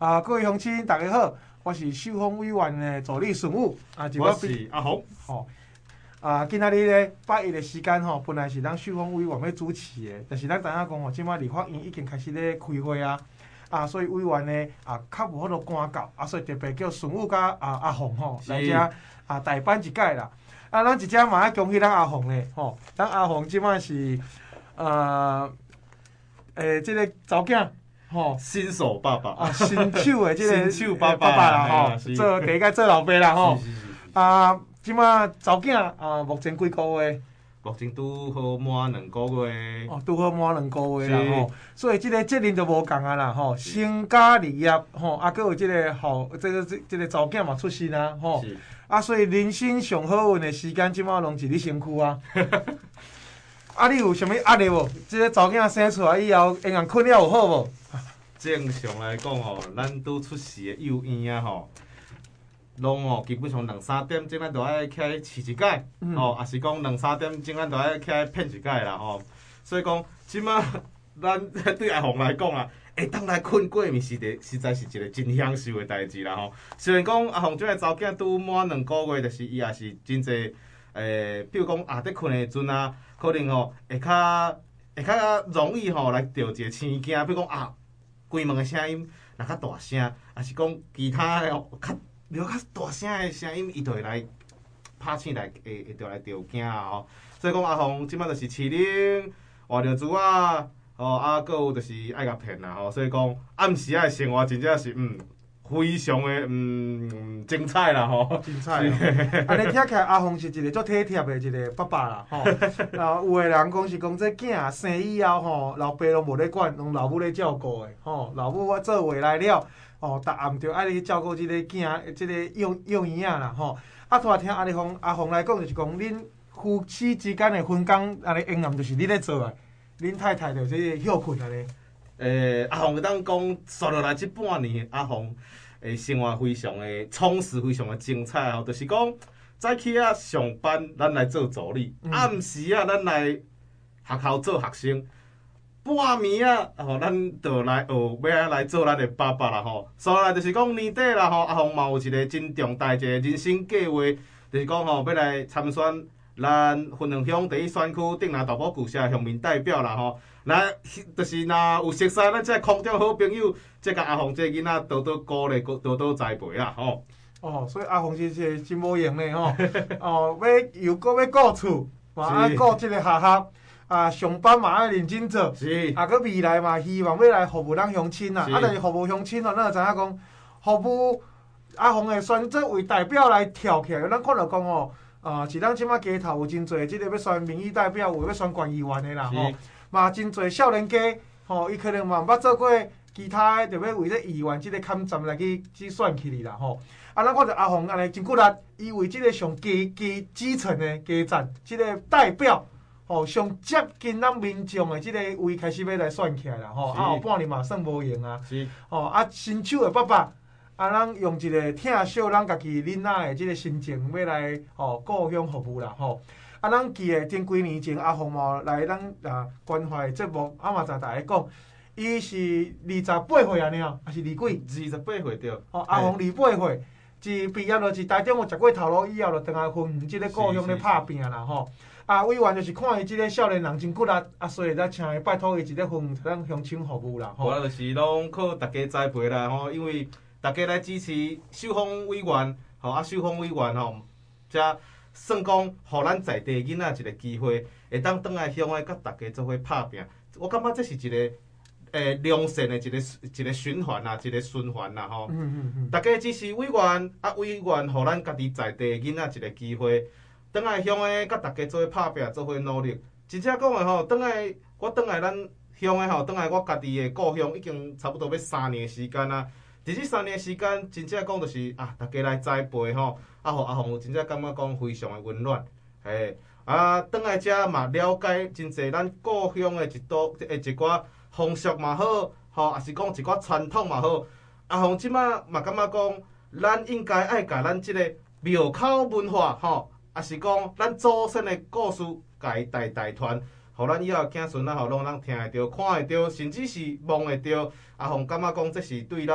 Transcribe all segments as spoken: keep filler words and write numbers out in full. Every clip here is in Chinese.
啊，各位乡亲，大家好，我是秀峰委员的助理孙武，啊， 我是阿宏。 吼、啊，今仔日咧八一的时间吼，本来是咱秀峰委员要主持的，但是咱知影讲吼，即摆立法院已经开始咧开会啊，啊，所以委员呢啊较无法度赶到，啊，所以特别叫孙武甲啊阿宏吼来遮啊代班一届啦。啊，咱一只嘛要恭喜咱阿宏咧，吼，咱阿宏即摆是呃诶，即、这个查某囝。吼， 新手爸爸啊，新手的即、这个新手爸爸爸啦吼，做第一届做老爸啦吼。啊，即马查某囝啊，目前几个月？ 目前拄好满两个月。 哦，拄好满两个月啦吼。所以即个责任就无共啊啦吼，成家立业吼，啊，佫有即个吼，即个即即个查某囝嘛出世啊吼。啊，所以人生上好运的时间，即马拢伫你身躯啊。啊，你有啥物压力无？即个查某囝生出来以后，营养困了有好无？ 正常来讲吼，咱拄出世的幼婴啊吼，拢吼基本上两三点钟咱就爱起来饲一摆，嗯、哦，也是讲两三点钟咱就爱起来骗一摆啦吼。所以讲，即马咱对阿宏来讲啊，会当来困过暝是个实在是一个真享受的代志啦吼。虽然讲阿宏即个查某囝拄满两个月，但是伊也是真侪诶，比如讲下伫困的阵啊，可能吼会较会较容易吼来着一个生惊，比如讲啊。关门的声音若较大声，也是讲其他的较了较大声的声音，伊就会来拍醒来，会会着来着惊啊吼。所以讲阿宏即摆就是饲奶、换着珠啊，吼啊，搁有就是爱甲骗啦吼。所以讲暗时仔的生活真正是嗯非常的嗯精彩啦吼。 精彩啦！安尼听起来阿宏是一个足体贴的一个爸爸啦吼。啊，有的人讲是讲这囝生以后吼，老爸拢无咧管，拢老母咧照顾的吼。老母我做回来了，吼，逐暗着爱去照顾即个囝，即、这个幼幼婴仔啦吼。啊，拄仔听阿里宏阿宏来讲，就是讲恁夫妻之间的分工，安尼应暗就是你咧做的，恁太太就是休困安尼。 诶、欸，阿宏当讲，刷落来即半年，阿宏诶生活非常的充实，非常的精彩吼。就是讲早起啊上班，咱来做助理；嗯、暗时啊，咱来学校做学生。半暝啊，吼，咱就来学要来做咱的爸爸啦吼。所以就是讲年底啦吼，阿宏嘛有一个真重大一个人生计划，就是讲吼要来参选咱云林乡第一选区顶南大埔旧社乡民代表啦吼。来，就是若有熟悉咱这空中好朋友，即甲阿宏这囡仔多多鼓励，多多栽培啦吼。 哦，所以阿宏是一个真无用的吼。哦，要又搁要顾厝，嘛爱顾即个学校。啊，上班嘛爱认真做， 是啊，佮未来嘛希望要来服务咱乡亲啊。啊，但是服务乡亲哦，咱就知影讲，服务阿宏会选择为代表来跳起来。咱看到讲哦，啊，是咱即马街头有真侪即个要选民意代表，有要选县议员的啦吼。嘛真侪少年家，吼，伊可能嘛毋捌做过其他的，就要为这议员即个坎站来去去选起哩啦吼。啊，咱看到阿宏安尼真骨力，伊为即个上基基基层的基层即个代表。吼，上接近咱民众的即个位开始要来选起来啦，吼，啊后半年嘛算无用啊，吼啊新手的爸爸，啊咱用一个疼惜咱家己囡仔的即个心情要来吼故乡服务啦，吼，啊咱记得前几年前阿宏嘛来咱啊关怀节目，啊嘛知大家讲，伊是二十八岁安尼哦，还是二几？ 二十八岁对。 吼，阿宏二八岁，是毕业就是台中有食过头路以后，就倒来分园即个故乡咧拍拼啦，吼。啊，委员就是看伊即个少年人真骨力，啊，所以才请伊拜托伊一个分咱乡亲服务啦。 吼，我就是拢靠大家栽培啦，吼，因为大家来支持秀峰委员，吼啊，秀峰委员吼，才算讲，互咱在地囡仔一个机会，会当转来乡诶，甲大家做伙拍拼。我感觉这是一个诶良善诶一个一个循环啦，一个循环啦，吼。嗯嗯嗯。大家支持委员，啊，委员互咱家己在地囡仔一个机会。转来乡诶，甲大家做伙拍拼，做伙努力。真正讲诶吼，转来我转来咱乡诶吼，转来我家己诶故乡，已经差不多要三年时间啊。伫即三年时间，真正讲就是啊，大家来栽培吼，啊，互阿宏真正感觉讲非常诶温暖。嘿，啊，转来遮嘛了解真侪咱故乡诶一道诶一寡风俗嘛好，吼，也是讲一寡传统嘛好。阿宏即马嘛感觉讲，咱应该爱甲咱即个庙口文化吼。也是讲，咱祖先的故事，家代代传，互咱以后囝孙仔吼，拢通听会着、看会着，甚至是摸会着。阿宏感觉讲，这是对咱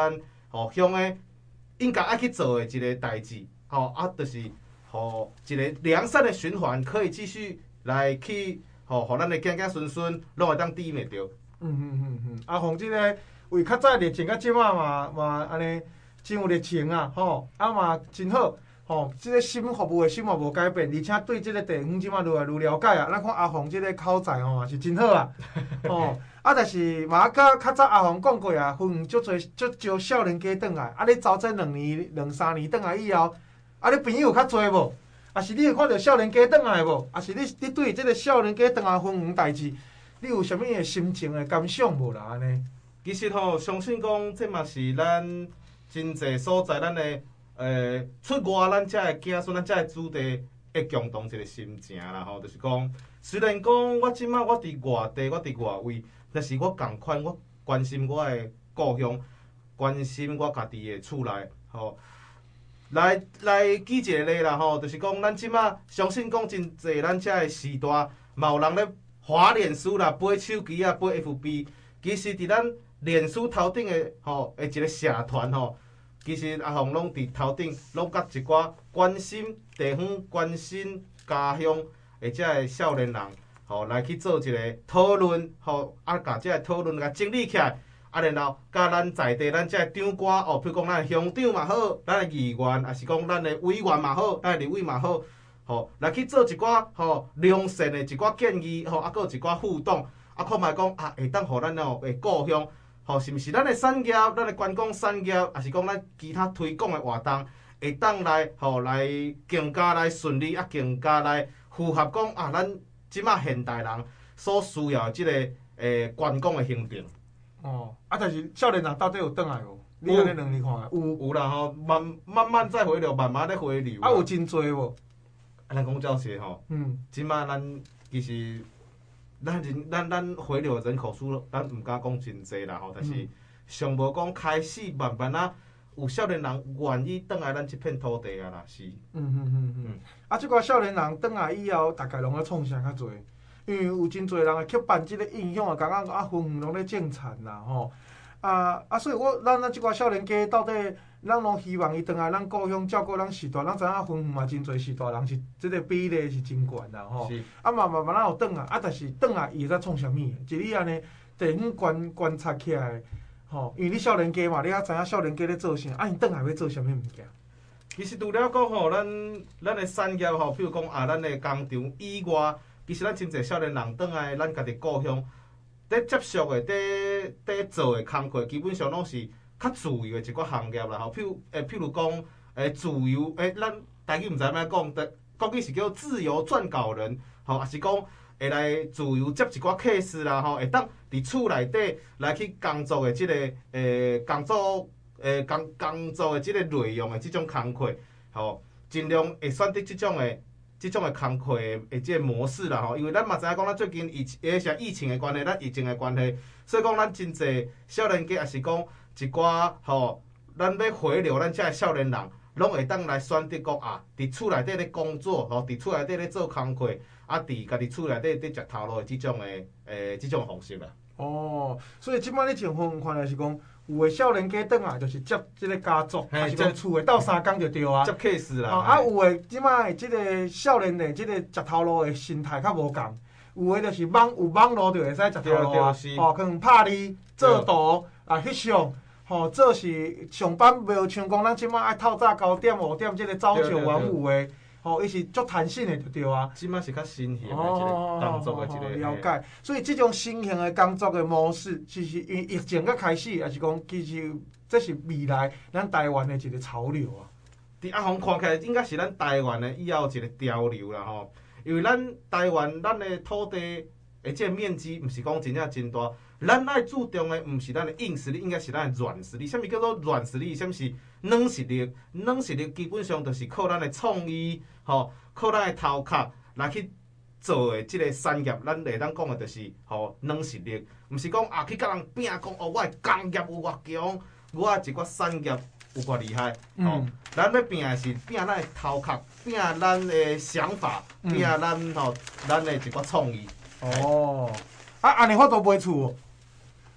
吼乡诶应该爱去做诶一个代志，吼啊，就是吼一个良善诶循环，可以继续来去吼，互咱诶子子孙孙拢会当抵袂着。 嗯嗯嗯嗯，阿宏即个为较早热情到即马嘛嘛安尼真有热情啊，吼，啊嘛真好。吼，即、這个新服务的心嘛无改变，而且对即个地方即马愈来愈了解啊。咱看阿宏即个口才吼，也是真好啊。吼，啊，但是嘛，甲较早阿宏讲过啊，分园足侪足少少年家转来，啊，你走这两年、两三年转来以后，啊，你朋友较侪无？啊，是你有看到少年家转来无？啊，是你你对即个少年家转来分园代志，你有啥物的心情的感想无啦？安尼？ 其实吼，相信讲这嘛是咱真侪所在咱的。呃，出外咱遮个子孙，咱遮个子弟会共同一个心情啦吼，就是讲，虽然讲我即摆我伫外地，我伫外位，但是我共款，我关心我的故乡，关心我家己的厝内，吼，来来举一个例啦吼，就是讲咱即摆相信讲真侪咱遮个时代，嘛有人咧滑脸书啦，买手机啊，买 F B， 其实伫咱脸书头顶的吼，的一个社团吼。其实阿宏拢伫头顶，拢甲一寡关心地方、关心家乡的遮个少年人，吼来去做一个讨论，吼啊，甲遮个讨论甲整理起来，啊，然后甲咱在地咱遮个长官，哦，比如讲咱的乡长嘛好，咱的议员，也是讲咱的委员嘛好，咱的立委嘛好，吼来去做一寡吼良善的一寡建议，吼啊，搁有一寡互动，啊，看卖讲啊，会当互咱哦的故乡。吼，是毋是咱的产业、咱的观光产业，也是讲咱其他推广的活动，会当来吼来更加来顺利，啊，更加来符合讲啊，咱即马现代人所需要的即、這个诶观光的行程。 哦，啊，但是少年人到底有转来无？你安尼两年看有有啦吼，慢慢慢再回流，慢慢咧回流。 啊，有真多无？ 啊，咱讲照实吼， 嗯， 即马咱其实。咱人咱咱回流的人口数，咱毋敢讲真济啦吼，但是尚无讲开始慢慢啊，有少年人愿意转来咱即片土地啊啦，是。 嗯嗯嗯嗯。啊，即个少年人转来以后，大概拢咧创啥较济？因为有真侪人会去办即个影响啊，感觉啊，分园拢咧种田啦吼。啊啊，所以我咱咱即个少年家到底，咱拢希望伊转来咱故乡照顾咱时代，咱知影分园嘛真侪时代人是即个比例是真悬啦吼。 是。 啊，慢慢慢慢有转来，啊，但是转来伊会使创啥物？就你安尼地方观观察起来，吼，因为你少年家嘛，你也知影少年家咧做啥，啊，因转来要做啥物物件？ 其实除了讲吼，咱咱的产业吼，譬如讲啊，咱的工厂以外，其实咱真侪少年人转来咱家己故乡。伫接触的、伫伫做的工课，基本上拢是较自由的一个行业啦。吼，譬如诶，譬如讲诶，自由诶，咱台语毋知影讲，国语是叫自由撰稿人，吼，也是讲会来自由接一寡 case 啦，吼，会当伫厝内底来去工作的即、這个诶工作诶工工作的即个内容的即种工课，吼，尽量会选择即种的。即种的工课的即个模式啦吼，因为咱嘛知影讲，咱最近疫也是疫情的关系，咱疫情的关系，所以讲咱真侪少年家也是讲一寡吼，咱要回流咱遮个少年人，拢会当来选择讲啊，伫厝内底咧工作，吼，伫厝内底咧做工课，啊，伫家己厝内底咧食头路的即种的诶，即种方式啦。 哦，所以即摆你像分园看来是讲。有的少年家转来就是接即个家族，还是讲厝的斗三工就对啊。 接 case 啦。 啊，有的即摆即个少年的即个食头路的心态较无共，有的就是网有网络就会使食头路啊。哦，可能拍哩、做图啊、翕相，吼，做是上班袂像讲咱即摆爱透早九点五点即个朝九晚五的。吼，伊是足弹性的，就对啊。 即摆是较新型的一个工作的一个。 了解，所以即种新型的工作的模式，其实因疫情才开始，还是讲其实这是未来咱台湾的一个潮流啊。 伫阿宏看起来，应该是咱台湾的以后一个潮流啦吼。因为咱台湾咱的土地的即个面积，毋是讲真正真大。咱爱注重的，毋是咱的硬实力，应该是咱的软实力。啥物叫做软实力？啥物是软实力？软实力基本上就是靠咱的创意，吼，靠咱的头壳来去做的即个产业。咱会当讲的就是吼软实力，毋是讲啊去甲人拼讲哦，我的工业有偌强，我一寡产业有偌厉害。吼、嗯，咱要拼的是拼咱的头壳，拼咱的想法，拼咱吼咱的一寡创意。 哦，啊，安尼我都买厝。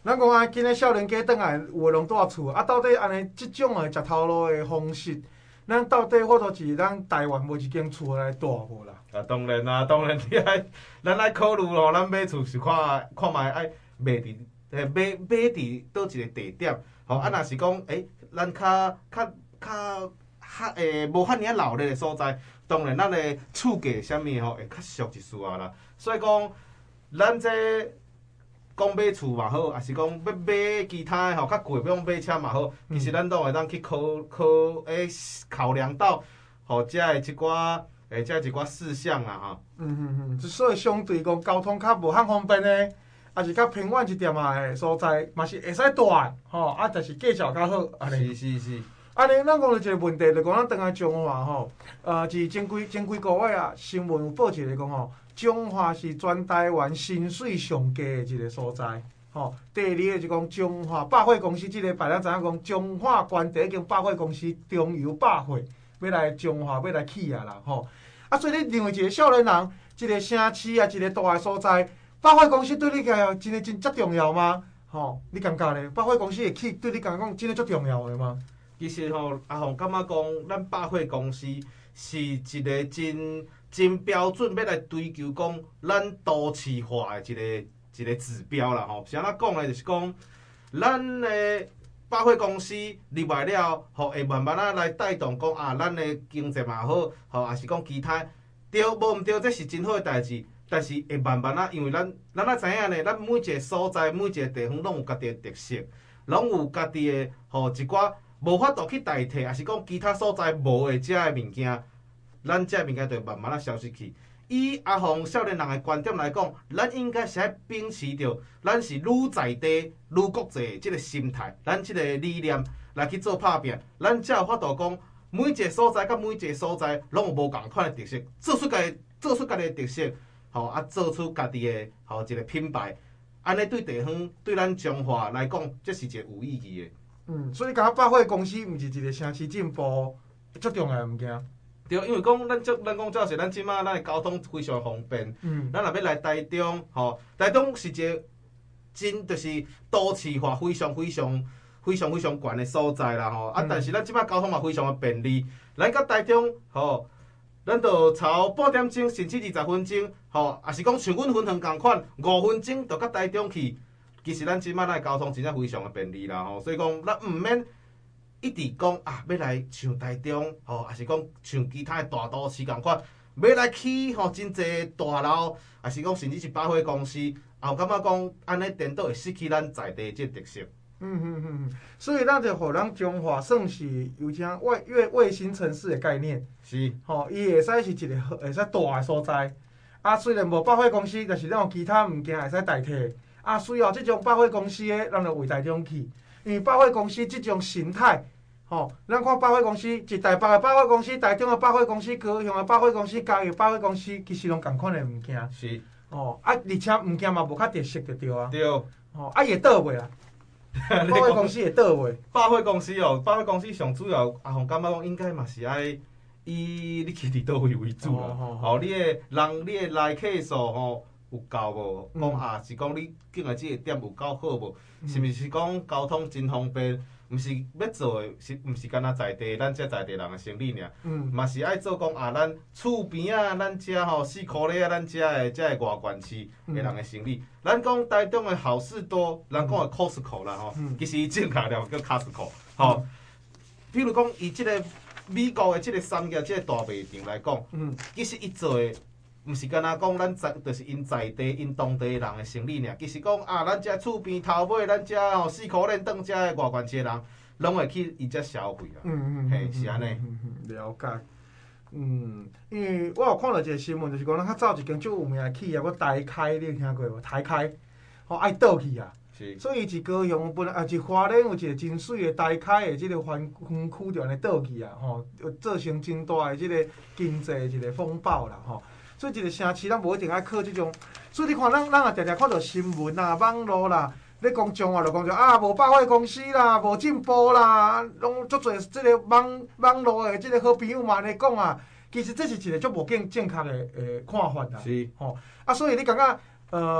咱讲啊，今日少年家转来，有诶拢住厝，啊，到底安尼即种诶食头路诶方式，咱到底我都是咱台湾无一间厝来住无啦？ 啊，当然啦，当然你爱，咱爱考虑咯，咱买厝是看看卖爱卖伫诶买买伫倒一个地点，吼啊，若是讲诶，咱较较较较诶无遐尔闹热诶所在，当然咱诶厝价啥物吼会较俗一丝啊啦。所以讲，咱这讲买厝嘛好，还是讲要买其他诶吼较贵，比如讲买车嘛好，其实咱都会当去考考诶考量到吼遮诶即寡。诶，遮一寡事项啊，吼。 嗯嗯嗯，所以相对讲交通较无遐方便诶，也是较偏远一点啊诶所在，嘛是会使住诶，吼啊，但是价钱较好，安尼。 是是是。 安尼，咱讲到一个问题，就讲咱转来中华吼，呃，是前几前几个月啊，新闻有报一个讲吼，中华是全台湾薪水上低诶一个所在。吼，第二个就讲中华百货公司，即、這個大家知影讲中华关第一间百货公司中油百货要来中华要来起啊啦，吼。啊，所以你认为一个少年人，一个城市啊，一个大个所在，百货公司对你来真诶真遮重要吗？吼，你感觉咧？百货公司会起对你感觉讲真诶足重要诶吗？ 其实吼，阿宏感觉讲，咱百货公司是一个真真标准，要来追求讲咱都市化诶一个一个指标啦吼。是安怎讲咧？就是讲，咱诶百货公司入来了，吼会慢慢啊来带动讲啊，咱诶经济嘛好，吼也是讲其他对无毋对，这是真好诶代志。但是会慢慢啊，因为咱咱啊知影咧，咱每一个所在、每一个地方拢有家己诶特色，拢有家己诶吼一寡无法度去代替，也是讲其他所在无诶遮诶物件，咱遮诶物件就会慢慢啊消失去。以阿宏少年人诶观点来讲，咱应该是爱秉持着咱是愈在地愈国际诶即个心态，咱即个理念来去做拍拼，咱才有法度讲每一个所在甲每一个所在拢有无共款诶特色，做出家做出家己诶特色，吼啊做出家己诶吼一个品牌，安尼对地方对咱中华来讲，这是一个有意义诶。 嗯，所以感觉百货公司毋是一个城市进步足重要诶物件。 对，因为讲咱即咱讲照是咱即马咱诶交通非常方便， 嗯， 咱若要来台中，吼，台中是一个真就是都市化非常非常非常非常悬诶所在啦，吼。啊，但是咱即马交通嘛非常诶便利，咱到台中，吼，咱就超半点钟甚至二十分钟，吼，也是讲像阮分园共款，五分钟就到台中去。其实咱即马咱诶交通真正非常诶便利啦，吼，所以讲咱毋免。一直讲啊，要来像台中，吼，还是讲像其他的大都市共款，要来起吼真侪大楼，还是讲甚至是百货公司，也有感觉讲安尼颠倒会失去咱在地即个特色。 嗯嗯嗯嗯，所以咱就互咱中华算是有种卫卫卫星城市的概念。 是。 吼，伊会使是一个会使大的所在。啊，虽然无百货公司，但是咱有其他物件会使代替。啊，需要即种百货公司的，咱就为台中去。因为百货公司即种形态，吼，咱看百货公司，一台北的百货公司、台中的百货公司、高雄的百货公司、嘉义的百货公司，其实拢共款的物件。 是。 哦，啊，而且物件嘛无较特色就对啊。 对。哦， 啊，伊会倒位啦。百货公司会倒位。 百货公司哦，百货公司上主要，阿宏感觉讲应该嘛是爱以你去伫倒位为主啦。哦，哦你的人，你的来客数吼。有够无？讲啊，是讲你竟然即个点有够好无？是毋是讲交通真方便？毋是要做的，是毋是干那在地咱遮在地人的生理尔？嗯，嘛是爱做讲啊，咱厝边啊，咱遮吼四箍咧啊，咱遮的遮的外县市的人的生理。咱讲台中的好事多，人讲的 Costco 啦吼，其实伊正确了叫 Costco 吼。比如讲，以即个美国的即个产业即个大卖场来讲，嗯，其实伊做的。毋是干那讲，咱在就是因在地、因当地人的生理尔。其实讲啊，咱遮厝边头尾，咱遮吼四箍链当遮的外县市的人，拢会去伊遮消费啊。嗯嗯，嘿，是安尼。 嗯嗯，了解。嗯，因为我有看到一个新闻，就是讲咱较早一间足有名的企业，我台开，你有听过无？台开，吼爱倒去啊。是。所以是高雄本来啊，是花莲有一个真水的台开的即个园园区，就安尼倒去啊，吼，造成真大的即个经济一个风暴啦，吼。所以一个城市，咱无一定爱靠即种。所以你看，咱咱也常常看到新闻啦、网络啦，咧讲中华就讲着啊，无百货公司啦，无进步啦，拢足侪即个网网络的即个好朋友嘛咧讲啊。其实这是一个足无正正确的诶看法啦。是。吼、哦、啊，所以你感觉呃，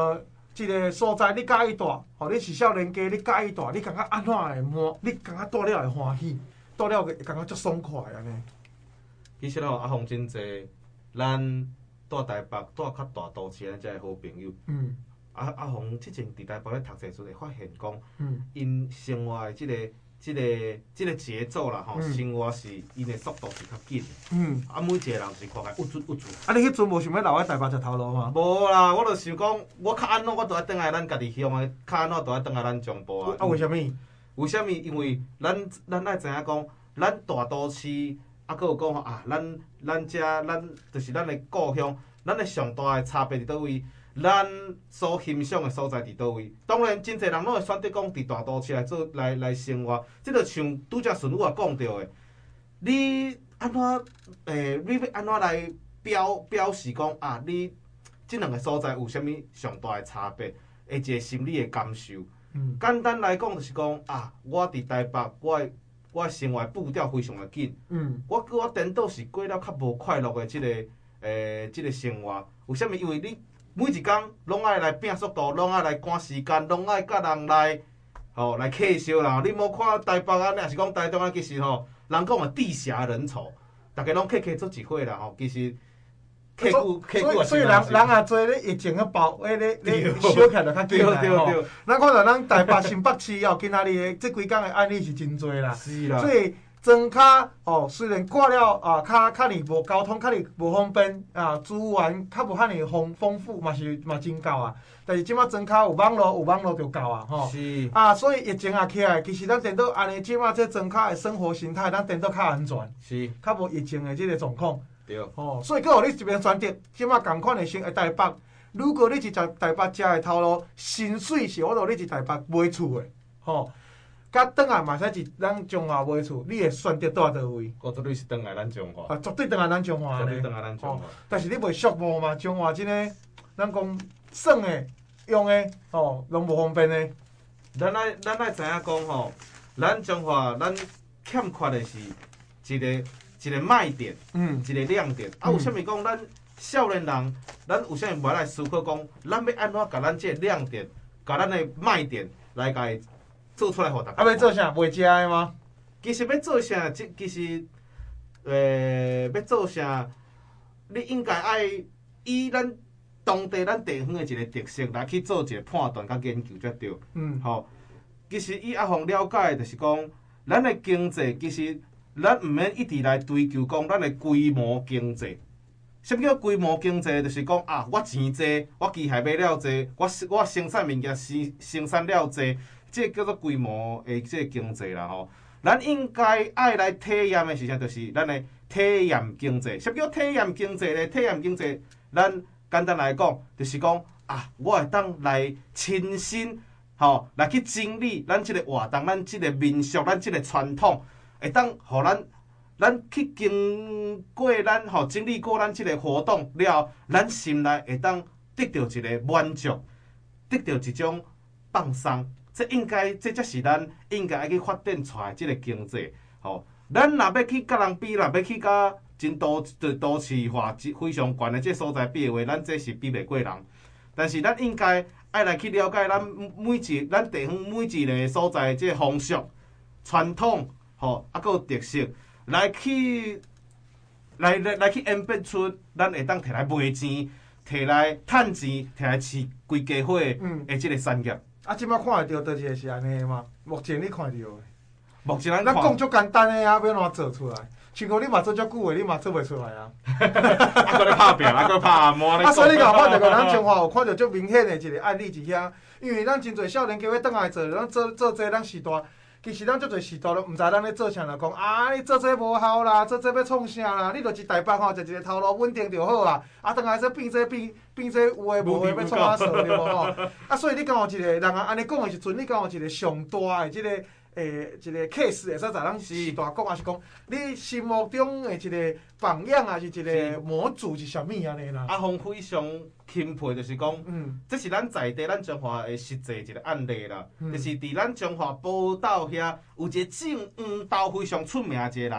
一个所在你介意住，吼，你是少年家，你介意住，你感觉安怎会满？你感觉住了会欢喜，住了会感觉足爽快安尼。 其实吼，阿峰真济，咱住台北、住较大都市咱遮个好朋友， 嗯， 阿阿峰之前伫台北咧读册时，会发现讲， 嗯， 因生活的即、个、即、个、即、个节奏啦，吼， 嗯生活是因的速度是较紧的。 嗯， 啊，每一个人是看起有准有准。 啊，你迄阵无想要留喺台北食头路吗？ 无啦，我就想讲，我较安怎，我都爱倒来咱家己乡的，较安怎都爱倒来咱中部啊。 啊，为虾物？ 为虾物？因为咱咱爱知影讲，咱大都市。啊，佫有讲啊，咱咱遮咱就是咱的故乡，咱的上大的差别伫倒位？咱所欣赏的所在伫倒位？当然，真侪人拢会选择讲伫大都市来做来来生活。即就像拄则顺宇也讲到的，你安怎诶？你要安怎来表表示讲啊？你即两个所在有啥物上大的差别？的一个心理的感受。 嗯， 简单来讲，就是讲啊，我伫台北，我的我生活步调非常的紧， 嗯， 我我颠倒是过了较无快乐的即、这个诶，即、呃这个生活。为虾米？因为你每一工拢爱来拼速度，拢爱来赶时间，拢爱甲人来吼、哦、来客烧啦。你无看台北啊，还是讲台中啊，其实吼、哦，人讲啊地狭人稠，逐个拢客客做一伙啦吼。其实客久客久所以所以人人也做咧疫情个爆，迄咧咧烧起来就较紧来吼。咱看到咱台北新北市哦，今仔日的即几工的案例是真多啦。 是啦。 所以庄脚哦，虽然挂了啊，较较尼无交通，较尼无方便啊，资源较无遐尼丰丰富，嘛是嘛真够啊。但是即马庄脚有网络，有网络就够啊，吼。 是。 啊，所以疫情也起来，其实咱颠倒安尼，即马这庄脚的生活形态，咱颠倒较安全， 是。 较无疫情的即个状况。 对。 哦，所以佫互你一边选择，即马共款的先会台北。如果你是在台北食的头路，薪水是我度你是台北买厝的，吼、哦。甲转来嘛使是咱中华买厝，你会选择住倒位？ 我绝对是转来咱中华。 啊，绝对转来咱中华绝对转来咱中华。 但是你袂寂寞嘛？中华真个，咱讲耍的、用的，哦，拢无方便的。 咱爱咱爱知影讲吼，咱中华咱欠缺的是一个一个卖点， 嗯， 一个亮点。啊，为虾米讲咱少年人，咱有啥物无来思考讲，咱要安怎甲咱这个亮点，甲咱的卖点来甲伊做出来，互大家。 啊，要做啥？卖食的吗？ 其实要做啥，即其实，诶、呃，要做啥，你应该爱以咱当地咱地方的一个特色来去做一个判断甲研究才对。 嗯， 吼，其实以阿峰了解的，就是讲，咱的经济其实咱毋免一直来追求讲咱的规模经济。什么叫规模经济？就是讲啊，我钱济，我机械买了济，我我生产物件生生产了济，这叫做规模的这经济啦吼。咱应该爱来体验的是啥？就是咱的体验经济。什么叫体验经济呢？体验经济，咱简单来讲，就是讲啊，我会当来亲身吼来去经历咱即个活动，咱即个民俗，咱即个传统，会当互咱。咱去经过咱吼经历过咱即个活动了后，咱心内会当得到一个满足，得到一种放松。这应该，这才是咱应该爱去发展出来即个经济。吼，咱若要去甲人比，若要去甲真都都市化、非常悬的即所在比的话，咱这是比袂过人。但是咱应该爱来去了解咱每一咱地方每一个所在的即个风俗、传统，吼，啊，佮有特色。来去，来来来去演变出，咱会当摕来卖钱，摕来趁钱，摕来饲规家伙的即个产业。 啊，即摆看会到倒一个是安尼吗？目前你看到的？ 目前咱咱讲足简单的啊，要怎做出来？像讲你嘛做遮久的，你嘛做袂出来啊。 啊，搁咧拍拼，啊，搁拍按摩咧。 啊，所以你甲看到个咱中华有看到足明显的一个案例是遐，因为咱真侪少年家要倒来做，咱做做这咱时代。其实咱足侪时代都毋知咱咧做啥，就讲啊，你做这无效啦，做这要创啥啦？你就是台北吼，就一个头路稳定就好啊。啊，当来说变这变变这有诶无诶要创啊说对无吼？啊，所以你敢有一个人啊，安尼讲诶时阵，你敢有一个上大诶即、這個诶一个 case 会使在咱时代讲，还是讲你心目中诶一个榜样，还是一个模组是啥物安尼啦？ 阿峰非常钦佩，就是讲， 嗯， 这是咱在地咱中华诶实际一个案例啦， 嗯、 就是伫咱中华宝岛遐有一个种黄豆非常出名一个人，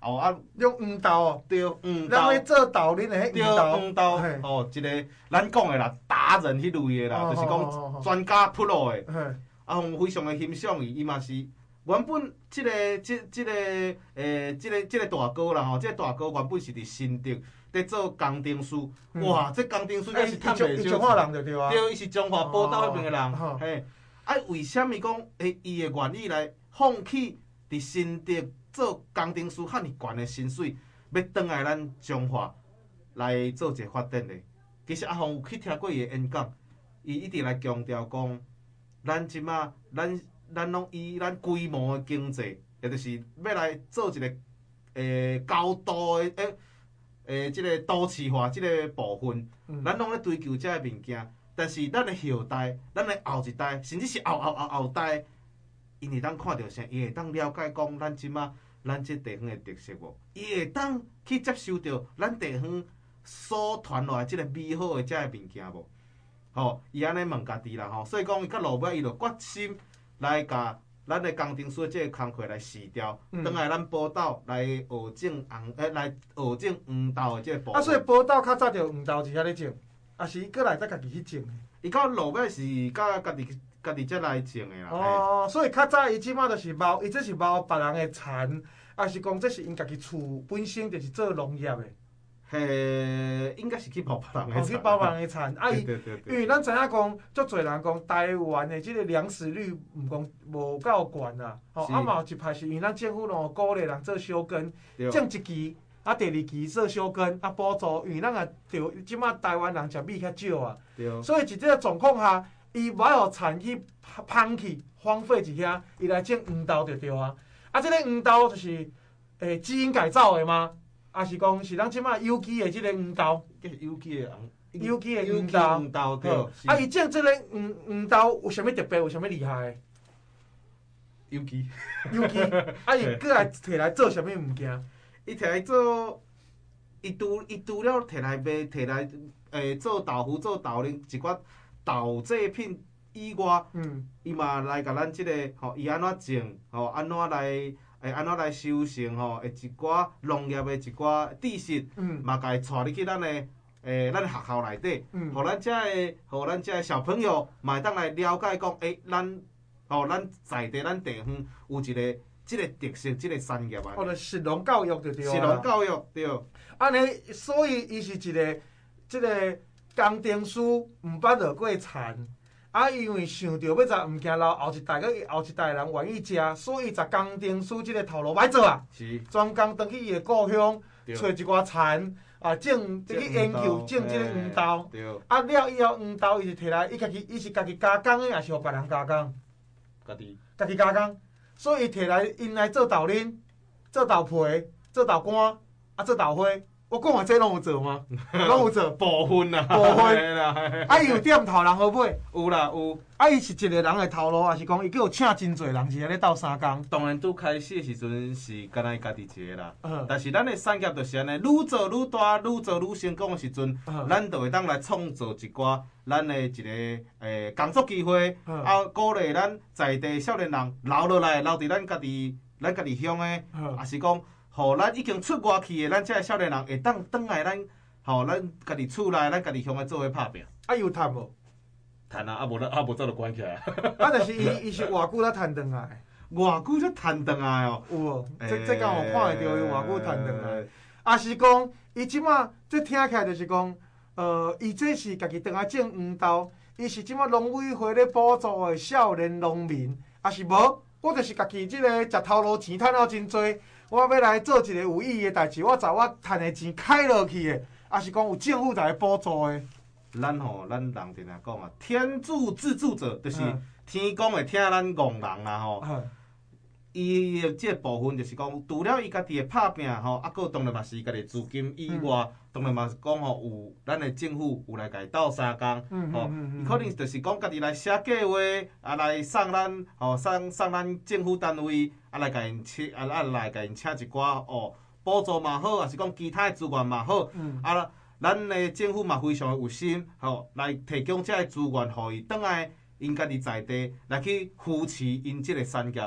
哦啊， 用黄豆哦， 对黄咱豆， 咧做豆恁的迄对黄豆， 黄豆嘿， 哦，一个咱讲的啦，达人迄类的啦， 哦就是哦哦哦讲专家铺路的。 嘿， 啊，我非常的欣赏伊，伊嘛是原本即、个即即、个诶，即、个即、个大哥啦吼，即、个大哥原本是伫新竹伫做工程师， 嗯哇，这工程师哎， 也是伊中趁袂少伊中华人就对啊， 对，伊是中华宝岛迄边的人， 哦嘿，啊，为虾米讲诶，伊会愿意来放弃伫新竹做工程师遐尼悬的薪水，要转来咱中华来做一个发展的？其實阿雄有去聽過伊的演講，伊一直來強調講，咱即馬咱咱攏以咱規模的經濟，也就是要來做一個誒、呃、高度的誒誒即個都市化即個部分， 嗯咱攏咧追求這個物件。但是咱的後代，咱的後一代，甚至是後後後後代，因會當看到啥？伊會當了解講咱即馬咱即地方的特色無？伊會當去接受到咱地方所傳落來即個美好的遮個物件無？吼，伊安尼問家己啦吼，所以講伊到落尾伊就決心來甲咱的工程師即個工課來辭掉， 嗯轉來咱寶島來學種紅誒來學種黃豆的即個部分。 啊，所以寶島較早就黃豆是遐咧種，啊是過來再家己去種的。 伊到落尾是甲家己家己才來種的啦。 哦，所以較早伊即馬就是貓，伊這是貓別人的田，啊是講這是因家己厝本身就是做農業的， 嘿，應該是去包別人的哦去包別人的田，啊伊。 對對對因為咱知影講，足濟人講台灣的即個糧食率毋講無夠懸啦，吼， 是啊嘛有一派是因為咱政府攏有鼓勵人做小耕， 對種一期，啊第二期做小耕，啊補助，因為咱也着即馬台灣人食米較少啊， 對， 所以佇即個狀況下，伊無愛互田去芳去荒廢一遐，伊來種黃豆就對啊。啊，即、這個黃豆就是誒、欸、基因改造的嗎？啊是講是咱即馬有機的即個黃豆。 這是有機的紅， 有機的黃豆， 黃豆對。 啊，伊種即個黃黃豆有啥物特別？有啥物厲害的？ 有機， 有機，啊，伊過來摕來做啥物物件？ 伊摕來做，伊除伊除了摕來賣，摕來誒做豆腐、做豆奶一寡豆製品以外， 嗯， 伊嘛來甲咱即、這個吼，伊安怎種，吼安怎來誒安怎來修成吼，誒一寡農業的一寡知識， 嗯， 嘛甲伊帶入去咱的誒咱的學校內底， 嗯， 互咱遮個，互咱遮個小朋友嘛會當來了解講，誒咱吼咱在地咱地方有一個即個特色，即個產業啊。 或者食農教育就對啊。 食農教育對。 安尼，所以伊是一個即個工程師，毋捌落過田。啊，因為想到要食物件，留後一代，佮後一代人願意食，所以食工程師即個頭路歹做啊。 是。 專工轉去伊的故鄉，找一寡田，啊，種去研究種即個黃豆。 對。 啊了以後，黃豆伊是摕來，伊家己伊是家己加工的，還是互別人加工？ 家己。 家己加工，所以伊摕來因來做豆奶、做豆皮、做豆乾，啊做豆花。我講話這攏有做嗎？攏有做。 部分啦。 部分。 係啦。 啊，伊有點頭人好買。 有啦有。 啊，伊是一個人的頭路，還是講伊叫有請真濟人一日咧鬥三工？ 當然拄開始的時陣是干那家己一個啦。 嗯。 但是咱的產業就是安尼，愈做愈大，愈做愈成功的時陣， 嗯、 咱就會當來創造一寡咱的一個誒、呃、工作機會， 嗯、 啊鼓勵咱在地少年人留落來，留佇咱家己咱家己鄉的， 嗯、 也是講。互咱已經出外去的，咱遮個少年人會當轉來咱，吼咱家己厝內，咱家己鄉嘅做伙拍拼。 啊，有趁無？ 趁啊，啊無啊無做就關起來。 啊，但是伊伊是偌久才趁轉來？ 偌久才趁轉來哦？ 有哦，這這敢有看會到伊偌久趁轉來？ 欸、 啊是講，伊即馬這聽起來就是講，呃，伊這是家己轉來種黃豆，伊是即馬農委會咧補助的少年農民，啊是無？我就是家己即個食頭路錢趁到真多。我要來做一個有意義的代志，我找我賺的錢開落去的，還是講有政府來補助的。 咱吼，咱人定定講啊，天助自助者，就是天公會聽咱戇人啦吼。伊的即個部分就是講，除了伊家己的拍拼吼，啊，閣當然嘛是伊家己資金以外，嗯、當然嘛是講吼有咱的政府有來甲伊鬥相共，吼、 嗯，伊、嗯、 可能就是講家己來寫計劃，啊來送咱吼送送咱政府單位，啊來甲因請啊啊來甲因請一寡哦補助嘛好，還是講其他的資源嘛好， 嗯、 啊咱的政府嘛非常有心，吼來提供這個資源，互伊轉來因家己在地來去扶持因即個產業。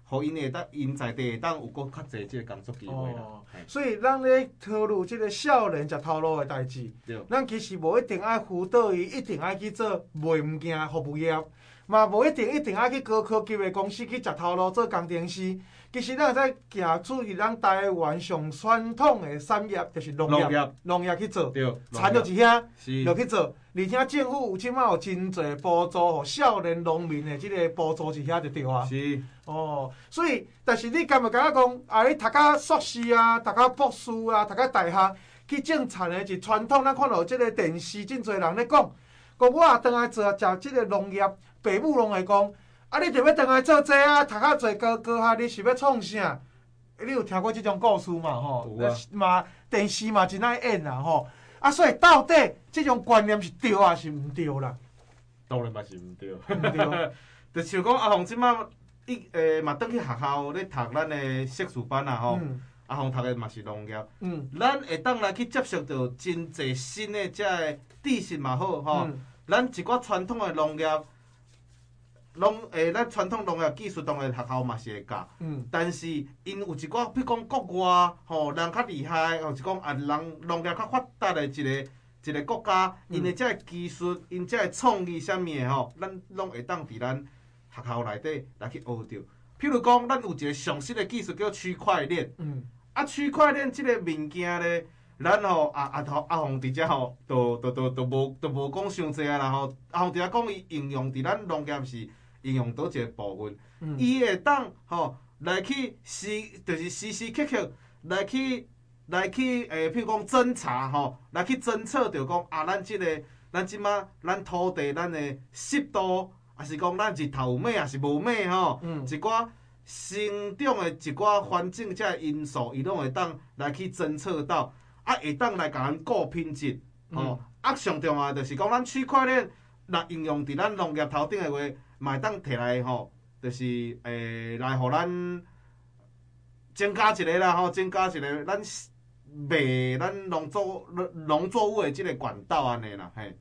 互因会当因在地会当有搁较侪即个工作机会啦。 哦，所以咱咧讨论即个少年食头路的代志，咱其实无一定爱辅导伊，一定爱去做卖物件服务业，嘛无一定一定爱去高科技的公司去食头路做工程师。其实咱会使行出去咱台湾上传统的产业，就是农业，农业去做，产就一遐，就去做。而且政府有即摆有真侪补助，互少年农民的即个补助一遐就对啊。 是。 哦，所以，但是你敢会感觉讲，啊，你读到硕士啊，读到博士啊，读到大学，去种田的是传统，咱看到即个电视真侪人咧讲，讲我啊，转来做食即个农业，爸母拢会讲。啊！你着要转来做这啊，读较侪高高下，你是要创啥？你有听过即种故事嘛？吼， 有啊。 嘛电视嘛真爱演啦吼。啊，所以到底即种观念是对还是毋对啦？ 当然嘛是毋对。 毋对。 就像讲阿凤即摆伊诶嘛，转去学校咧读咱的硕士班啊吼。嗯。阿凤读的嘛是农业。嗯。咱会当来去接触到真侪新的遮个知识嘛好吼。嗯。咱一寡传统的农业。农诶，咱传统农业技术当然学校嘛是会教，嗯，但是因有一寡，比如讲国外吼人较厉害，或是讲啊人农业较发达的一个一个国家，因的遮个技术，因遮个创意啥物的吼，咱拢会当伫咱学校内底来去学着。譬如讲，咱有一个上新的技术叫区块链，嗯，啊区块链即个物件咧，咱吼啊啊头阿凤伫遮吼，都都都都无都无讲伤济啊啦吼，阿凤伫遐讲伊应用伫咱农业是。应用倒一个部分，伊、嗯、会当吼来去时，就是时时刻刻来去来去诶，譬如讲侦查吼，来去侦测着讲啊，咱即、這个咱即马咱土地咱的湿度，还是讲咱日头有咩，还是无咩吼，嗯、一寡生长的一寡环境遮因素，伊拢会当来去侦测到，啊会当来甲咱顾品质，吼、嗯，啊上重要就是讲咱区块链来应用伫咱农业头顶的话。嘛会当摕来吼，就是诶来互咱增加一个啦吼，增加一个咱卖咱农作农作物的即个管道安尼啦，嘿。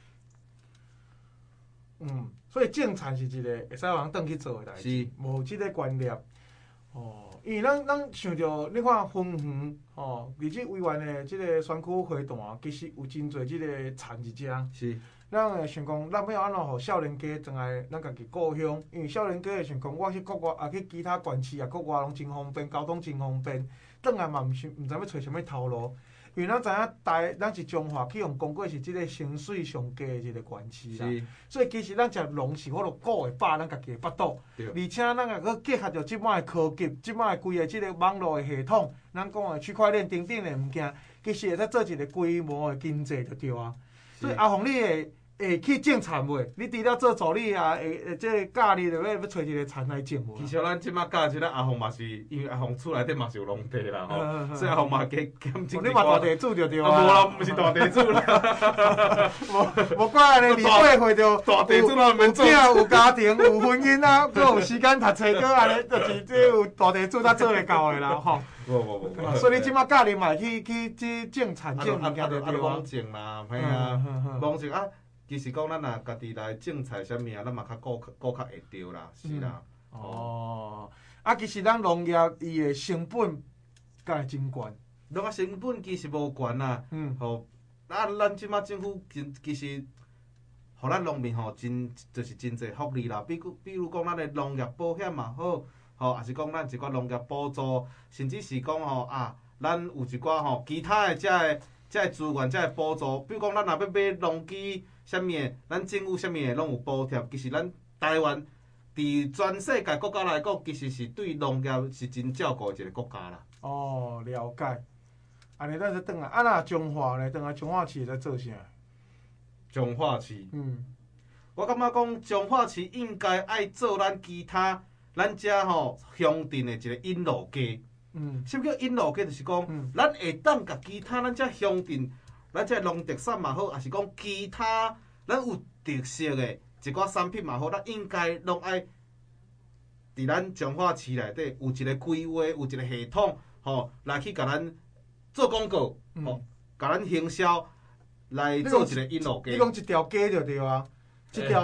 嗯，所以种田是一个会使人转去做的代志，无即个观念。哦，因为咱咱想着，你看分园吼，而即委员的即个选区会段，其实有真侪即个田一遮。 是。 咱会想讲，咱要安怎互少年家转来咱家己故乡？因为少年家会想讲，我去国外啊，去其他县市啊，国外拢真方便，交通真方便。转来嘛，毋是毋知要找啥物头路。因为咱知影台，咱是中华，去用讲过是即个薪水上低的一个县市啦。所以其实咱食农是我著顾会饱咱家己的腹肚，而且咱也佫结合着即摆的科技，即摆规个即个网络的系统，咱讲的区块链等等的物件，其实会使做一个规模的经济就对啊。所以阿凤，你会。会去种田袂？你除了做助理啊，会会即个教你着要要找一个田来种无？ 其实咱即摆教即个阿凤嘛是，因为阿凤厝内底嘛是有农地啦吼，所以阿凤嘛加减种。 你嘛大地主着对啊？ 无啦，毋是大地主啦。 无无怪咧，二八岁着大地主啦，免做。 有家庭，有婚姻啊，佫有时间读册，佫安尼，就是即有大地主才做会到的啦吼。 无无无。 所以你即摆教你嘛去去去种田种物件着对啊。 网种啦，嘿啊，网种啊。其实讲，咱若家己来种菜啥物啊，咱嘛较顾顾较会着啦，是啦。 嗯、哦，啊，其实咱农业伊的成本敢会真悬？ 农业成本其实无悬啦。嗯。吼，啊，咱即马政府真其实，互咱农民吼真就是真侪福利啦。比如比如讲，咱的农业保险嘛好，吼，也是讲咱一寡农业补助，甚至是讲吼啊，咱有一寡吼其他的遮个遮个资源、遮个补助，比如讲咱若要买农机。啥物诶，咱政府啥物诶拢有补贴。其实咱台湾伫全世界国家来讲，其实是对农业是真照顾一个国家啦。 哦，了解。安尼咱就转来，啊那彰化咧，转来彰化市在做啥？ 彰化市。嗯。我感觉讲彰化市应该爱做咱其他咱遮吼乡镇诶一个引路街。嗯。什么叫引路街？就是讲，嗯、咱会当甲其他咱遮乡镇。咱这农特产嘛好，也是讲其他咱有特色的一寡产品嘛好，咱应该拢爱伫咱彰化市内底有一个规划，有一个系统，吼，来去甲咱做广告，吼，甲咱行销，来做一个引路街。 你讲一条街就对啊，一条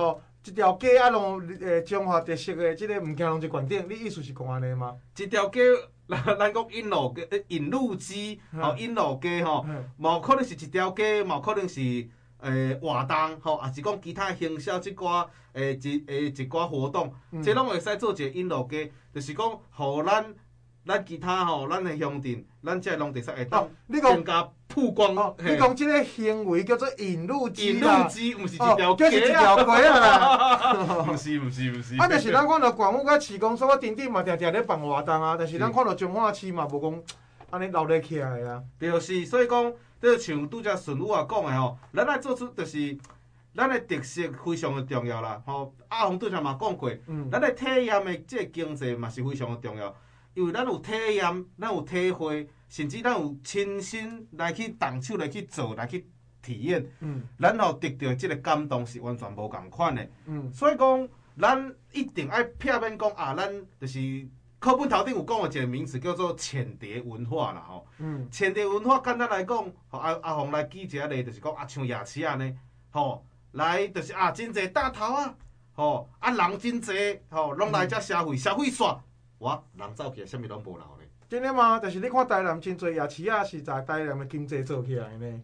一条街啊，拢诶中华特色的即个物件拢是悬顶，你意思是讲安尼吗？ 一条街，咱咱讲引路街、引路机，吼引路街吼，嘛可能是一条街，嘛可能是诶活动，吼，也是讲其他行销即寡诶一诶一寡活动，这拢会使做一个引路街，就是讲，互咱咱其他吼，咱的乡镇，咱即个农地使会当更加曝光。 哦，你讲即个行为叫做引路机啦，引路机毋是一条街啊， 就是一条街啊啦。 毋是毋是毋是。 啊，但是咱看到县府甲市公所顶顶嘛，定定咧办活动啊，但是咱看到彰化市嘛，无讲安尼留咧起来啊。 就是，所以讲，即像拄则顺宇也讲的吼，咱爱做出就是咱的特色非常的重要啦。吼，阿宏拄则嘛讲过，嗯、咱的体验的即个经济嘛是非常的重要。因为咱有体验，咱有体会，甚至咱有亲身来去动手来去做，来去体验，嗯，咱吼得到即个感动是完全无共款的。嗯，所以讲，咱一定爱避免讲啊，咱就是课本头顶有讲的一个名词叫做浅碟文化啦，吼。嗯，浅碟文化简单来讲，吼阿阿宏来举一个例，就是讲啊，像夜市安尼，吼，来就是啊，真侪大头啊，吼，啊人真侪，吼，拢来遮消费，消费煞。哇，人走起来，啥物拢无留咧。 真诶吗？但是你看台南真侪夜市啊，是在台南的经济做起来呢。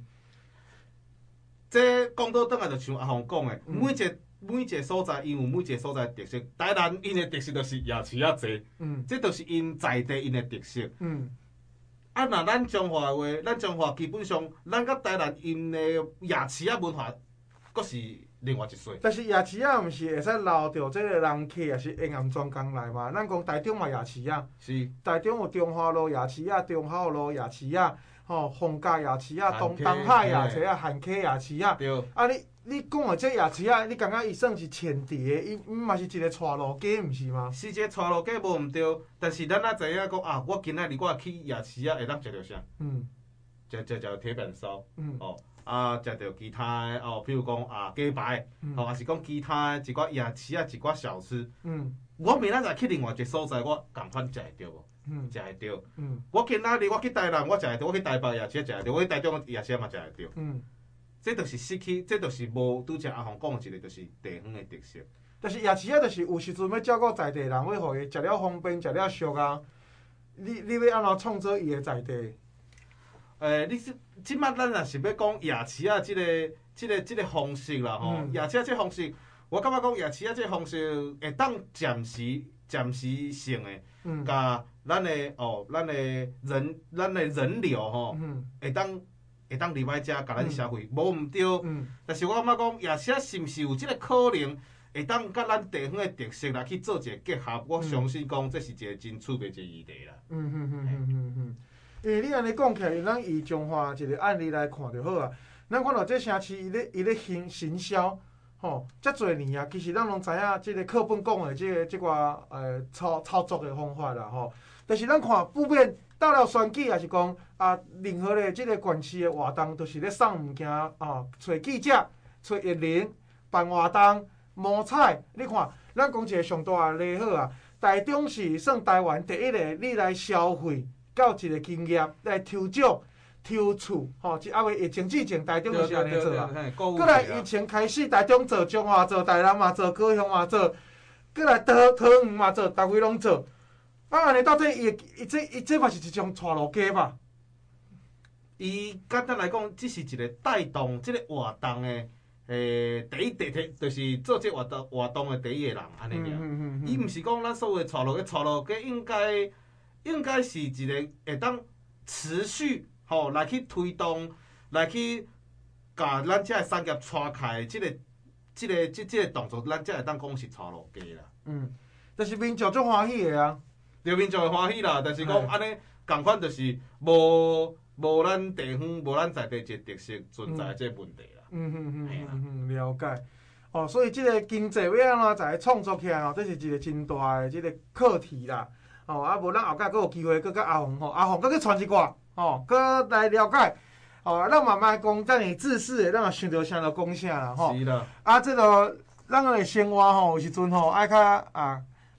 这讲到转来，就像阿宏讲的，嗯、每一个每一个所在，因有每一个所在的特色。台南因的特色就是夜市啊侪，嗯，这就是因在地因的特色。嗯。啊，那咱彰化的话，咱彰化基本上，咱甲台南因的夜市啊文化，阁是。另外一岁， 但是夜市啊，毋是会使留着即个人客，也是沿岸专工来嘛。咱讲台中嘛夜市啊， 是台中有中华路夜市啊、中孝路夜市啊、吼逢甲夜市啊、东东海夜市啊、汉溪夜市啊。 对。 啊，你你讲的这夜市啊，你感觉伊算是浅碟，伊伊嘛是一个带路街，毋是吗？ 是一个带路街无毋对，但是咱也知影讲啊，我今仔日我去夜市啊，会当食着啥？嗯。食食食铁板烧。嗯。哦。啊，食到其他的哦，譬如讲啊，鸡排，嗯、哦，还是讲其他的一寡夜市啊，一寡小吃。嗯，我明仔载去另外一个所在，我共款食会着无？嗯，食会着。嗯，我今仔日我去台南，我食会着；我去台北夜市食会着；我去台中夜市嘛食会着。嗯，这就是失去，这就是无拄则阿宏讲一个，就是地方的特色。 但是夜市啊，就是有时阵要照顾在地人，要互伊食了方便，食了俗啊。你你要安怎创造伊的在地？ 诶，你即即摆咱若是要讲夜市啊，即个、即个、即个方式啦，吼，夜市啊，即方式，我感觉讲夜市啊，即方式会当暂时、暂时性诶，甲咱诶哦，咱诶人、咱诶人流吼，会当会当入来遮甲咱消费，无毋对。但是我感觉讲夜市啊，是毋是有即个可能会当甲咱地方诶特色来去做一个结合？我相信讲这是一个真趣味一个议题啦。 嗯嗯嗯嗯嗯嗯。因为你安尼讲起来，咱以彰化一个案例来看就好啊。咱看到这城市伊咧伊咧行行销，吼，遮侪年啊，其实咱拢知影即个课本讲的即个即寡呃操操作的方法啦，吼。但是咱看普遍到了选举，也是讲啊，任何的即个县市的活动，都是咧送物件啊，找记者、找艺人办活动、摸彩。你看，咱讲一个上大的例好啊，台中市算台湾第一个，你来消费。到一个经验来抽奖、抽厝，吼，即阿话疫情之前，台中就是安尼做啊。过来疫情开始，台中做，彰化做，台南嘛做，高雄嘛做，过来桃桃园嘛做，逐位拢做。啊，安尼到底伊伊这伊这嘛是一种带路街吧？ 伊简单来讲，只是一个带动即个活动的诶第一第一，就是做即活动活动的第一个人安尼尔。伊毋是讲咱所谓带路街，带路街应该。应该是一个会当持续吼、喔、来去推动，来去甲咱遮个产业带开，即、这个、即、这个、即、这个动作，咱才会当讲是带路街啦。 嗯，但是民众足欢喜的啊， 对民众会欢喜啦，但是讲安尼共款就是无无咱地方无咱在地一个特色存在即个问题啦。 嗯嗯嗯嗯嗯，了解。哦，所以即个经济要安怎才创作起来哦，这是一个真大的即个课题啦。哦，啊，无咱后盖佫有机会，佫甲阿宏吼，阿宏佫去传一寡，吼，佫来了解，哦，咱慢慢讲，等于自私的，咱也想着啥就讲啥啦，吼。 是啦。 啊，即个咱个生活吼，有时阵吼，爱较啊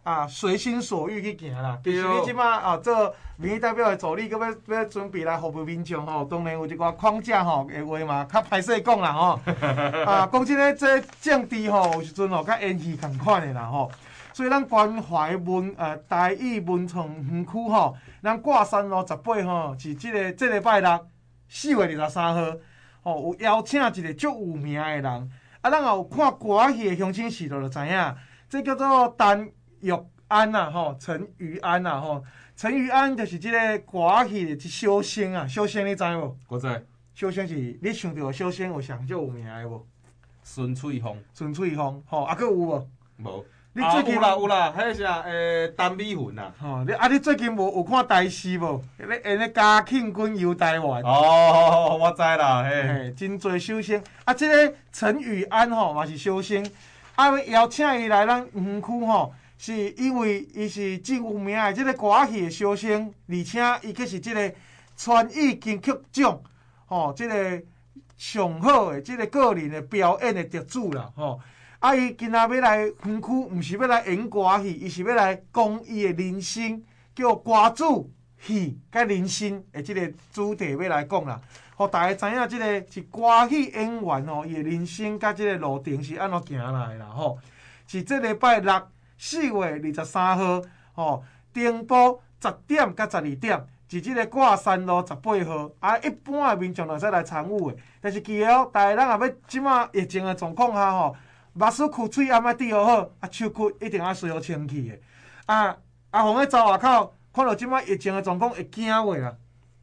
啊随心所欲去行啦。其对实你即马啊做民意代表的助理，佮要要准备来服务民众吼，当然有一寡框架吼的话嘛，较歹势讲啦吼。啊，讲真诶，这政治吼有时阵吼甲演戏共款的啦吼。所以咱关怀文呃台语文创园区吼，咱挂山路十八吼是即、這个即礼拜六四月二十三號，吼有邀请一个足有名的人，啊，咱也有看歌戏的乡亲时代就知影，这叫做陈玉安呐吼，陈玉安呐吼，陈玉安就是即个歌戏的一小生啊，小生你知无？ 我知。 小生是你想到小生有上足有名的无？ 孙翠芳。 孙翠芳，吼，啊，佫有无？ 无。 你最近、 啊、有啦有啦，迄啥诶，陈美云啦。 吼，你啊，你最近无有看台视无？迄个迄嘉庆君游台湾。 哦，我知啦，嘿。 嘿，真侪小生，啊，即、這个陈宇安吼嘛是小生，啊，要邀请伊来咱园区吼，是因为伊是真有名的即个歌戏的小生，而且伊佫是即个传艺金曲奖吼，即、這个上好的即个个人的表演的得主啦吼。啊！伊今仔要来园区，毋是要来演歌戏，伊是要来讲伊的人生，叫歌主戏甲人生的即个主题要来讲啦。互大家知影，即个是歌戏演员吼，伊的人生甲即个路程是安怎行来啦吼。是即礼拜六四月二十三號吼，顶播十點甲十二點，是即個掛山路十八號。啊，一般的民眾就使來參與的，但是其後大家咱也要即馬疫情的狀況下吼。目屎窟喙暗啊滴好好，啊手骨一定要隨好清氣的。啊，阿紅喺走外口，看到即擺疫情的狀況會驚袂啦？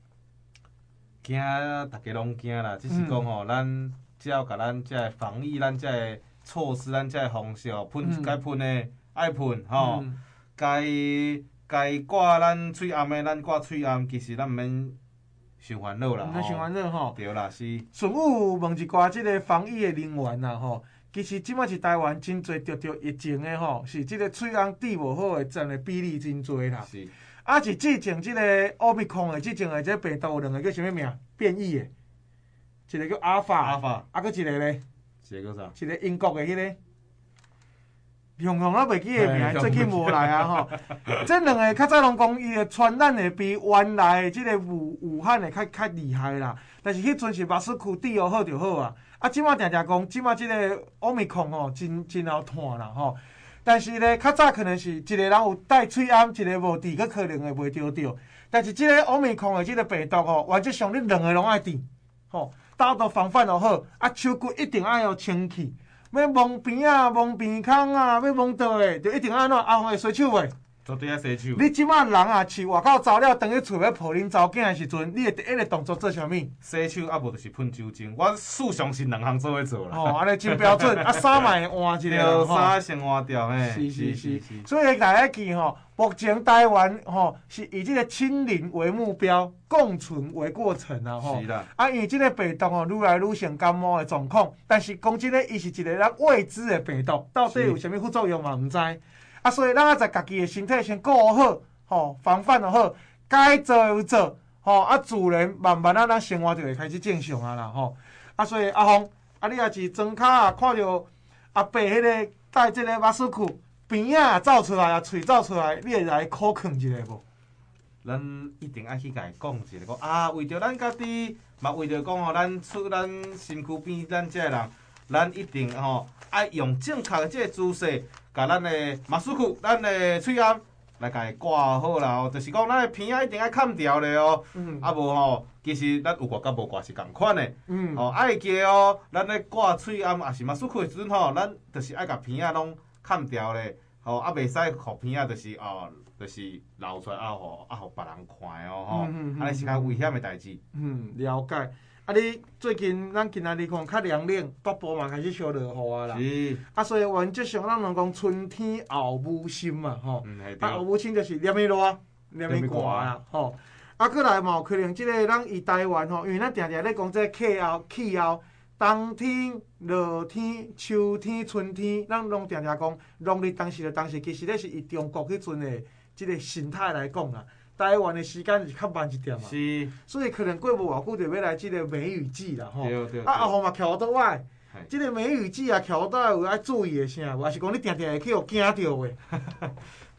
驚，大家攏驚啦。只是講吼，咱只要甲咱即個防疫，咱即個措施，咱即個方式吼，噴該噴的愛噴吼，該該掛咱喙暗的，咱掛喙暗，其實咱毋免傷煩惱啦。 毋免傷煩惱吼。 對啦，是。順有問一寡即個防疫的人員啦吼。其實即擺是台灣真濟得着疫情的吼，是即個喙紅治無好的佔的比例真濟啦。 是。 啊，是之前即個奧密克戎的之前的即個病毒有兩個叫啥物名？變異的，一個叫阿爾法， 阿爾法， 啊，佫一個咧， 一個叫啥？ 一個英國的迄、那個，雄雄我袂記個名，最近無來啊吼。即兩個較早攏講伊的傳染會比原來的即個武武漢的較較厲害啦，但是迄陣是目屎窟治好就好啊。啊，即馬定定講，即馬即個奧密克戎吼，真真好傳啦吼。但是咧，較早可能是一個人有戴喙暗，一個無戴，佮可能會袂着着。但是即個奧密克戎的即個病毒吼，原則上你兩個攏愛戴，吼，大家防範就好。啊，手骨一定愛要清氣，要摸邊啊、摸鼻孔啊，要摸倒的，就一定安怎？阿紅會洗手袂？ 絕對要洗手。 你即馬人啊，去外口走了，等去厝要抱恁查某囝的時陣，你會第一個動作做啥物？ 洗手啊，無就是噴酒精。我事上是兩項做伙做啦。 哦，安尼真標準。啊，衫嘛會換一個。 衫先換掉嘿。 是是是。所以大家記吼，目前台灣吼是以這個清零為目標，共存為過程啊吼。 是啦。 啊，因為這個病毒吼愈來愈像感冒的狀況，但是講真誒，伊是一個咱未知的病毒，到底有啥物副作用嘛？毋知。啊，所以咱啊在家己的身體先顧好，吼，防範就好，該做有做，吼，啊，自然慢慢啊，咱生活就會開始正常啊啦，吼。啊，所以阿峰，啊，你若是莊腳啊，看到阿伯迄個戴即個目屎窟，鼻啊走出來啊，喙走出來，你會來考勸一下無？ 咱一定愛去甲伊講一下，講啊，為着咱家己，嘛為着講吼，咱出咱身軀邊，咱即個人，咱一定吼愛用正確的即個姿勢。甲咱的目屎窟、咱的喙暗來甲伊掛好啦，哦，就是講咱的鼻仔一定愛砍掉咧哦，嗯、啊無吼，其實咱有掛甲無掛是共款的，嗯、哦，愛記哦，咱咧掛喙暗也是目屎窟的時陣吼，咱就是愛甲鼻仔攏砍掉咧，吼，啊袂使互鼻仔就是哦，就是流出來啊，互啊互別人看的哦，吼、嗯，安尼是較危險的代誌。嗯， 了解。啊！你最近咱今仔日看較涼冷，北部嘛開始燒落雨啊啦。是。啊，所以原則上咱攏講春天後母心嘛，吼。嗯，係對。啊，後母心就是黏咪熱，黏咪寒啦，吼。啊，過來嘛有可能即個咱以台灣吼，因為咱定定咧講即個氣候，氣候冬天、熱天、秋天、春天，咱攏定定講農曆當時就當時，其實咧是以中國迄陣的即個形態來講啦。台灣的時間是較慢一點嘛，是，所以可能過無偌久就要來即個梅雨季啦，吼。對對。啊，阿紅嘛徛倒來，即個梅雨季啊，徛倒來有愛注意的啥？還是講你定定會去互驚到誒？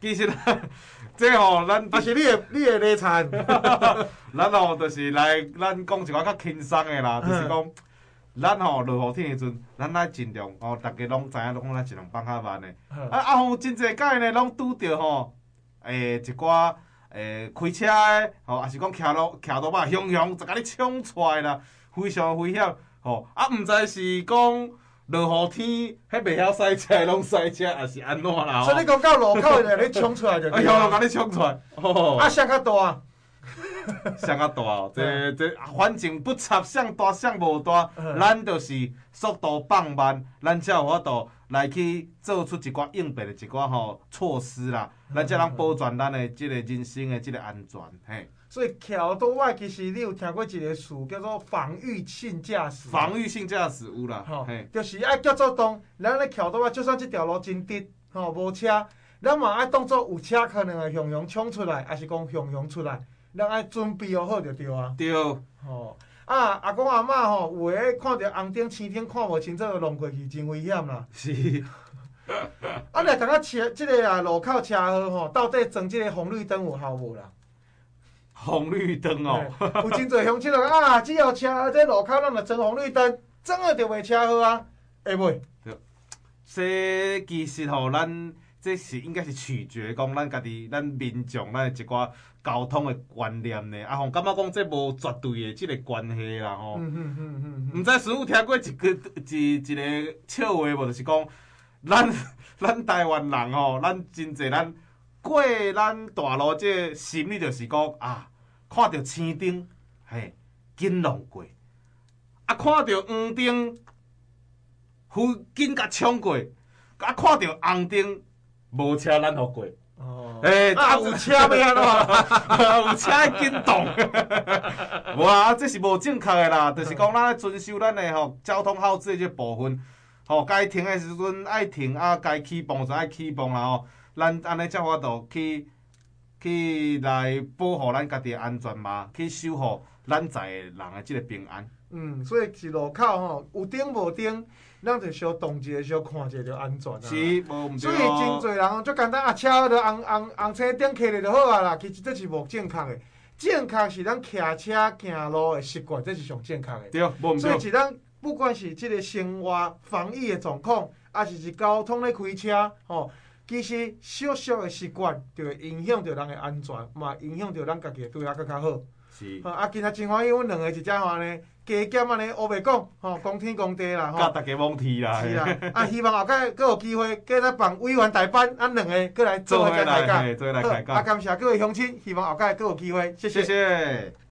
其实这吼咱还是你的你的礼餐， 咱吼就是来咱讲一寡较轻松的啦，就是讲。咱吼落雨天的时阵，咱爱尽量吼，大家拢知影，拢咱尽量放较慢的。啊啊，吼真侪届呢，拢拄着吼，诶一寡诶开车的，吼，也是讲骑路骑路吧，雄雄就甲你冲出来啦，非常危险。吼，啊，毋知是讲落雨天，迄袂晓赛车拢赛车，还是安怎啦？ 所以你讲到路口就你冲出来就哎对。 呦，甲你冲出来，哦， 啊，谁较大？ 上较大哦，这这反正不插上大上无大，咱就是速度放慢，咱才有法度来去做出一寡应变的一寡吼措施啦，咱才能保全咱的即个人身的即个安全，嘿。 所以桥多外其实你有听过一个词叫做防御性驾驶。 防御性驾驶有啦， 吼， 嘿， 就是爱叫做当咱咧桥多外，就算即条路真直，吼无车，咱嘛爱当做有车可能会向向冲出来，还是讲向向出来。咱爱准备好就对啊。 对。 吼，啊，阿公阿嬷吼，有诶看到红灯青灯看无清楚就弄过去，真危险啦。 是。 啊，来感觉车即个啊路口车号吼，到底装即个红绿灯有效无啦？ 红绿灯哦。 有真侪乡亲就讲啊，只要车这路口咱就装红绿灯，装了就袂车号啊，会袂？ 对。这其实吼，咱这是应该是取决讲咱家己，咱民众咱一寡。交通的观念呢，啊吼，感觉讲这无绝对的即个关系啦吼。 嗯嗯嗯嗯。 毋知师傅听过一个一一个笑话无？就是讲，咱咱台湾人吼，咱真侪咱过咱大路即个心理就是讲啊，看到青灯，嘿，紧弄过；啊，看到黄灯，呼紧甲冲过；啊，看到红灯，无车咱互过。 哦， 诶， 啊有车要安怎？ 有车紧动，无啊，这是无正确的啦。就是讲，咱遵守咱的吼交通号志这部分，吼该停的时阵爱停，啊该起步就爱起步啦吼。咱安尼才有法度去去来保护咱家己的安全嘛，去守护咱在的人的即个平安。 嗯，所以是路口吼，有灯无灯，咱就小动一下，小看一下就安全啊。 是，无毋对。 所以真侪人足简单啊，车就红红红青灯开咧就好啊啦。其实这是无正确的，正确是咱骑车行路的习惯，这是上正确的。 对，无毋对。 所以是咱不管是即个生活防疫的状况，还是是交通咧开车，吼，其实小小的习惯就会影响到咱的安全，嘛影响到咱家己的对啊更较好。 是。 啊，今仔真欢喜，阮两个一只话呢，加减安尼，乌白讲，吼，讲天讲地啦，吼。 甲大家罔天啦。 是啦，啊，希望后摆佫有机会，继续办委员代班，咱两个佫来做伙来开讲。 做伙来开讲。 啊，感谢各位乡亲，希望后摆佫有机会，谢谢。 谢谢。